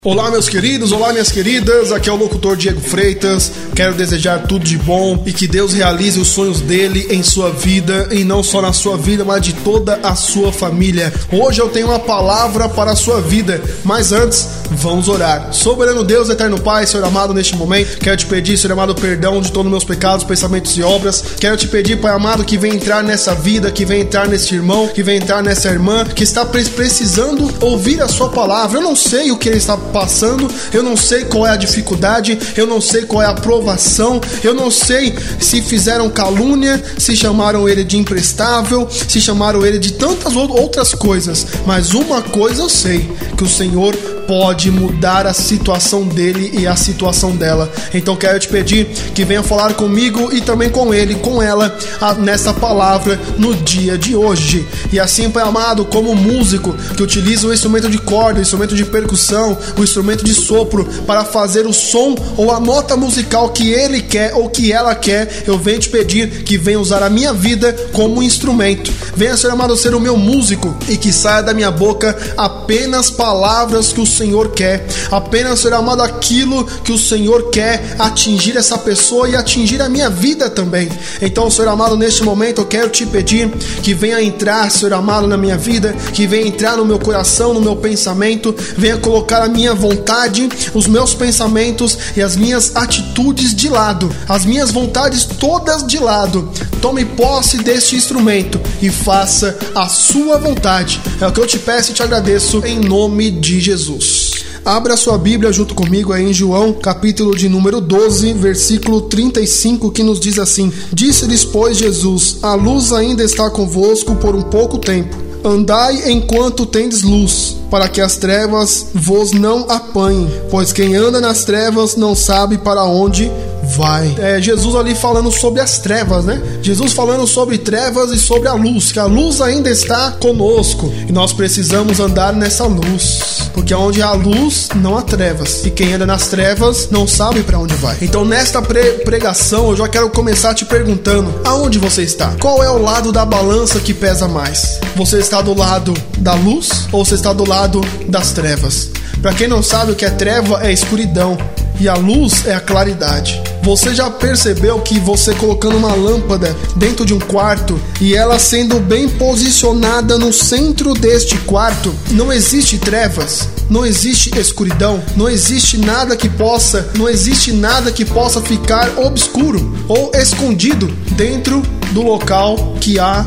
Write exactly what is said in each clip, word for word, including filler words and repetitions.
Olá meus queridos, olá minhas queridas, aqui é o locutor Diego Freitas. Quero desejar tudo de bom e que Deus realize os sonhos dele em sua vida, e não só na sua vida, mas de toda a sua família. Hoje eu tenho uma palavra para a sua vida, mas antes, vamos orar. Soberano Deus, eterno Pai, Senhor amado, neste momento, quero te pedir, Senhor amado, perdão de todos os meus pecados, pensamentos e obras. Quero te pedir, Pai amado, que venha entrar nessa vida, que venha entrar nesse irmão, que venha entrar nessa irmã, que está precisando ouvir a sua palavra. Eu não sei o que ele está passando, eu não sei qual é a dificuldade, eu não sei qual é a provação, eu não sei se fizeram calúnia, se chamaram ele de imprestável, se chamaram ele de tantas outras coisas, mas uma coisa eu sei, que o Senhor pode mudar a situação dele e a situação dela. Então quero te pedir que venha falar comigo e também com ele, com ela, a, nessa palavra no dia de hoje. E assim, Pai amado, como músico que utiliza o instrumento de corda, o instrumento de percussão, o instrumento de sopro para fazer o som ou a nota musical que ele quer ou que ela quer, eu venho te pedir que venha usar a minha vida como instrumento. Venha, Senhor amado, ser o meu músico e que saia da minha boca apenas palavras que o Senhor quer, apenas, Senhor amado, aquilo que o Senhor quer atingir essa pessoa e atingir a minha vida também. Então, Senhor amado, neste momento eu quero te pedir que venha entrar, Senhor amado, na minha vida, que venha entrar no meu coração, no meu pensamento, venha colocar a minha vontade, os meus pensamentos e as minhas atitudes de lado, as minhas vontades todas de lado. Tome posse deste instrumento e faça a sua vontade. É o que eu te peço e te agradeço em nome de Jesus. Abra sua Bíblia junto comigo aí em João, capítulo de número doze, versículo trinta e cinco, que nos diz assim: Disse-lhes, pois, Jesus: a luz ainda está convosco por um pouco tempo. Andai enquanto tendes luz, para que as trevas vos não apanhem, pois quem anda nas trevas não sabe para onde vai. É Jesus ali falando sobre as trevas, né? Jesus falando sobre trevas e sobre a luz, que a luz ainda está conosco e nós precisamos andar nessa luz, porque onde há luz não há trevas, e quem anda nas trevas não sabe para onde vai. Então nesta pre- pregação eu já quero começar te perguntando: aonde você está? Qual é o lado da balança que pesa mais? Você está do lado da luz ou você está do lado das trevas? Para quem não sabe, o que é treva é escuridão e a luz é a claridade. Você já percebeu que você colocando uma lâmpada dentro de um quarto e ela sendo bem posicionada no centro deste quarto, não existe trevas, não existe escuridão, não existe nada que possa, não existe nada que possa ficar obscuro ou escondido dentro do local que há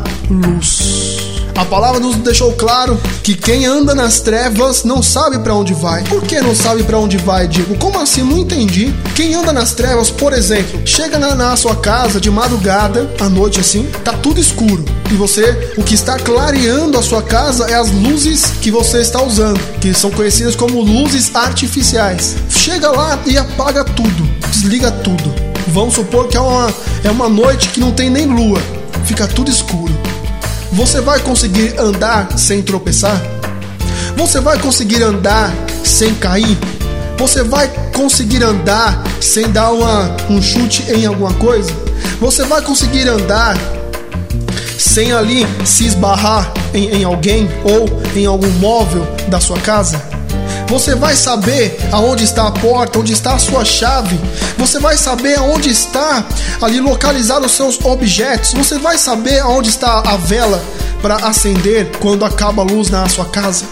luz. A palavra nos deixou claro que quem anda nas trevas não sabe para onde vai. Por que não sabe para onde vai, Diego? Como assim? Não entendi. Quem anda nas trevas, por exemplo, chega na, na sua casa de madrugada, à noite assim, tá tudo escuro. E você, o que está clareando a sua casa é as luzes que você está usando, que são conhecidas como luzes artificiais. Chega lá e apaga tudo, desliga tudo. Vamos supor que é uma, é uma noite que não tem nem lua, fica tudo escuro. Você vai conseguir andar sem tropeçar? Você vai conseguir andar sem cair? Você vai conseguir andar sem dar uma, um chute em alguma coisa? Você vai conseguir andar sem ali se esbarrar em, em alguém ou em algum móvel da sua casa? Você vai saber aonde está a porta, onde está a sua chave. Você vai saber aonde está ali localizado os seus objetos. Você vai saber aonde está a vela para acender quando acaba a luz na sua casa.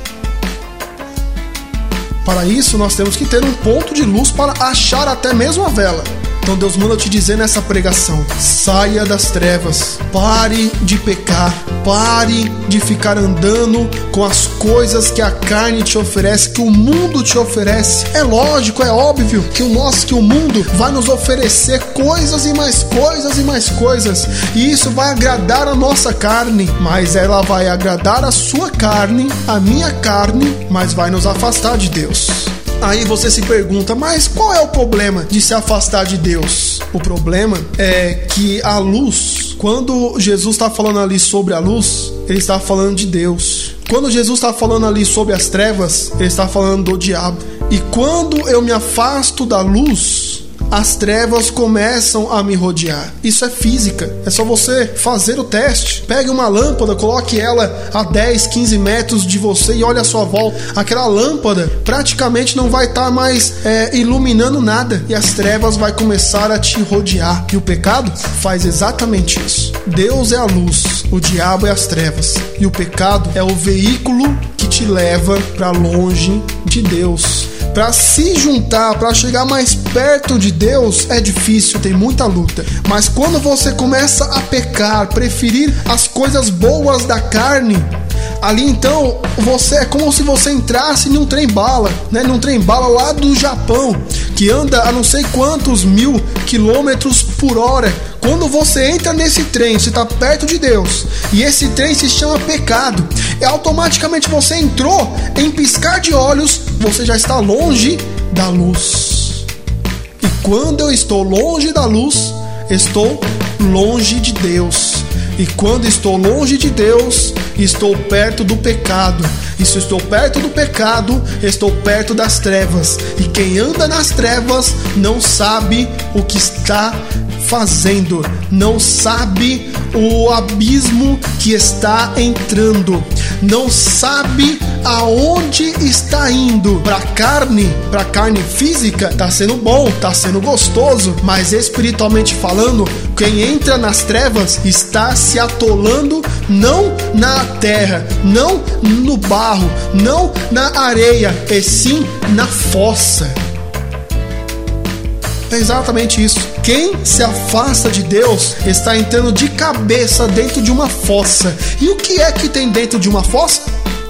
Para isso nós temos que ter um ponto de luz para achar até mesmo a vela. Então Deus manda eu te dizer nessa pregação: saia das trevas, pare de pecar, pare de ficar andando com as coisas que a carne te oferece, que o mundo te oferece. É lógico, é óbvio que o nosso, que o mundo vai nos oferecer coisas e mais coisas e mais coisas, e isso vai agradar a nossa carne, mas ela vai agradar a sua carne, a minha carne, mas vai nos afastar de Deus. Aí você se pergunta: mas qual é o problema de se afastar de Deus? O problema é que a luz, quando Jesus está falando ali sobre a luz, ele está falando de Deus. Quando Jesus está falando ali sobre as trevas, ele está falando do diabo. E quando eu me afasto da luz, as trevas começam a me rodear. Isso é física, é só você fazer o teste. Pegue uma lâmpada, coloque ela a dez, quinze metros de você e olhe à sua volta. Aquela lâmpada praticamente não vai estar mais é, iluminando nada, e as trevas vai começar a te rodear. E o pecado faz exatamente isso. Deus é a luz, o diabo é as trevas, e o pecado é o veículo que te leva para longe de Deus. Para se juntar, para chegar mais perto de Deus é difícil, tem muita luta. Mas quando você começa a pecar, preferir as coisas boas da carne, ali então você é como se você entrasse num trem-bala, né? Num trem-bala lá do Japão, que anda a não sei quantos mil quilômetros por hora. Quando você entra nesse trem, você está perto de Deus, e esse trem se chama pecado, e automaticamente você entrou, em piscar de olhos, você já está longe da luz. E quando eu estou longe da luz, estou longe de Deus. E quando estou longe de Deus, estou perto do pecado. E se estou perto do pecado, estou perto das trevas. E quem anda nas trevas não sabe o que está fazendo, não sabe o abismo que está entrando, não sabe aonde está indo. Para a carne, para a carne física, tá sendo bom, tá sendo gostoso, mas espiritualmente falando, quem entra nas trevas está se atolando, não na terra, não no barro, não na areia, e sim na fossa. É exatamente isso. Quem se afasta de Deus está entrando de cabeça dentro de uma fossa. E o que é que tem dentro de uma fossa?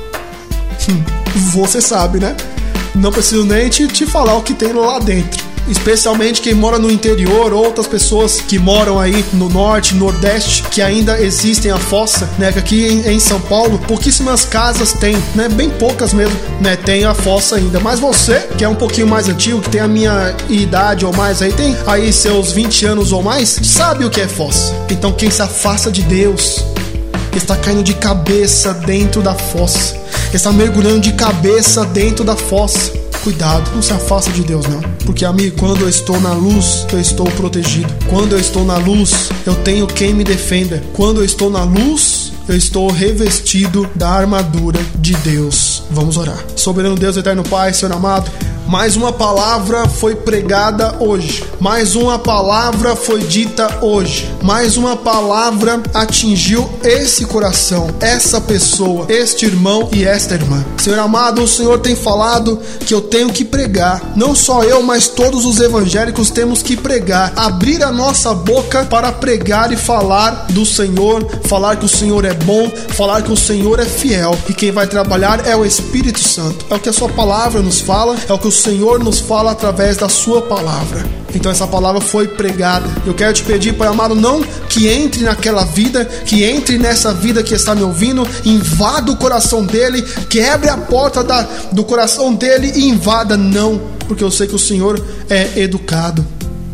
Hum, você sabe, né? Não preciso nem te, te falar o que tem lá dentro. Especialmente quem mora no interior, outras pessoas que moram aí no norte, nordeste, que ainda existem a fossa, né? Que aqui em, em São Paulo, pouquíssimas casas tem, né? Bem poucas mesmo, né? Tem a fossa ainda. Mas você, que é um pouquinho mais antigo, que tem a minha idade ou mais aí, tem aí seus vinte anos ou mais, sabe o que é fossa. Então quem se afasta de Deus está caindo de cabeça dentro da fossa, está mergulhando de cabeça dentro da fossa. Cuidado, não se afasta de Deus não. Porque, amigo, quando eu estou na luz, eu estou protegido. Quando eu estou na luz, eu tenho quem me defenda. Quando eu estou na luz, eu estou revestido da armadura de Deus. Vamos orar. Soberano Deus, eterno Pai, Senhor amado, mais uma palavra foi pregada hoje. Mais uma palavra foi dita hoje. Mais uma palavra atingiu esse coração, essa pessoa, este irmão e esta irmã. Senhor amado, o Senhor tem falado que eu tenho que pregar. Não só eu, mas todos os evangélicos temos que pregar. Abrir a nossa boca para pregar e falar do Senhor, falar que o Senhor é bom, falar que o Senhor é fiel. E quem vai trabalhar é o Espírito Santo. É o que a sua palavra nos fala, é o que o Senhor nos fala através da sua palavra. Então essa palavra foi pregada. Eu quero te pedir, Pai amado, não que entre naquela vida, que entre nessa vida que está me ouvindo, invada o coração dele, quebre a porta da, do coração dele e invada, não, porque eu sei que o Senhor é educado.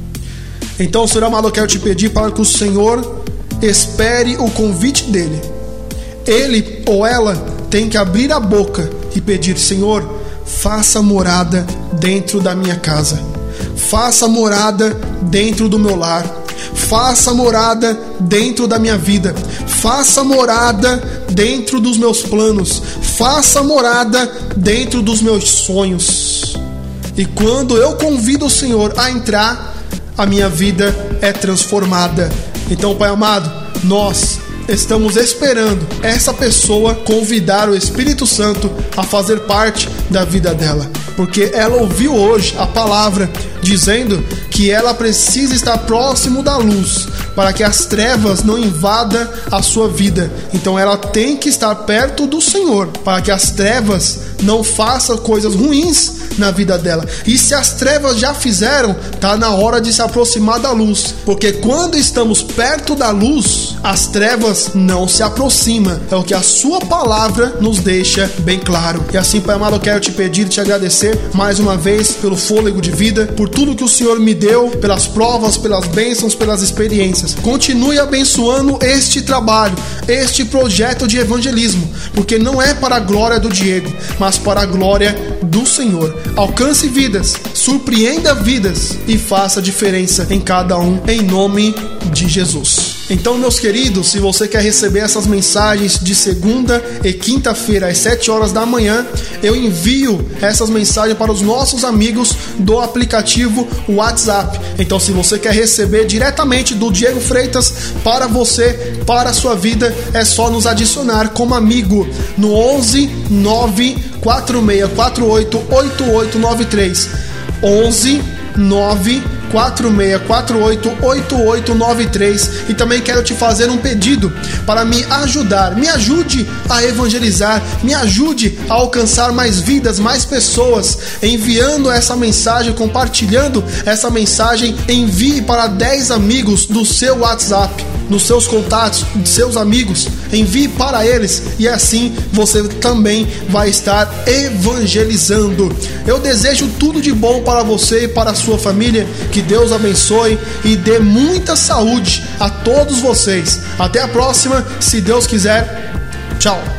Então, Senhor amado, eu quero te pedir para que o Senhor espere o convite dele. Ele ou ela tem que abrir a boca e pedir: Senhor, faça morada dentro da minha casa, faça morada dentro do meu lar, faça morada dentro da minha vida, faça morada dentro dos meus planos, faça morada dentro dos meus sonhos. E quando eu convido o Senhor a entrar, a minha vida é transformada. Então, Pai amado, nós estamos esperando essa pessoa convidar o Espírito Santo a fazer parte da vida dela, porque ela ouviu hoje a palavra dizendo que ela precisa estar próximo da luz para que as trevas não invadam a sua vida. Então ela tem que estar perto do Senhor para que as trevas não façam coisas ruins na vida dela. E se as trevas já fizeram, tá na hora de se aproximar da luz, porque quando estamos perto da luz, as trevas não se aproximam. É o que a sua palavra nos deixa bem claro. E assim, Pai amado, eu quero te pedir e te agradecer mais uma vez pelo fôlego de vida, por tudo que o Senhor me deu, pelas provas, pelas bênçãos, pelas experiências. Continue abençoando este trabalho, este projeto de evangelismo, porque não é para a glória do Diego, mas para a glória do Senhor. Alcance vidas, surpreenda vidas e faça diferença em cada um, em nome de Jesus. Então, meus queridos, se você quer receber essas mensagens de segunda e quinta-feira às sete horas da manhã, eu envio essas mensagens para os nossos amigos do aplicativo WhatsApp. Então, se você quer receber diretamente do Diego Freitas para você, para a sua vida, é só nos adicionar como amigo no onze nove quatro seis quatro oito oito oito nove três. onze nove quatro seis quatro oito oito oito nove três. E também quero te fazer um pedido para me ajudar. Me ajude a evangelizar, me ajude a alcançar mais vidas, mais pessoas, enviando essa mensagem, compartilhando essa mensagem. Envie para dez amigos do seu WhatsApp, nos seus contatos, de seus amigos. Envie para eles e assim você também vai estar evangelizando. Eu desejo tudo de bom para você e para a sua família. Que Deus abençoe e dê muita saúde a todos vocês. Até a próxima, se Deus quiser. Tchau.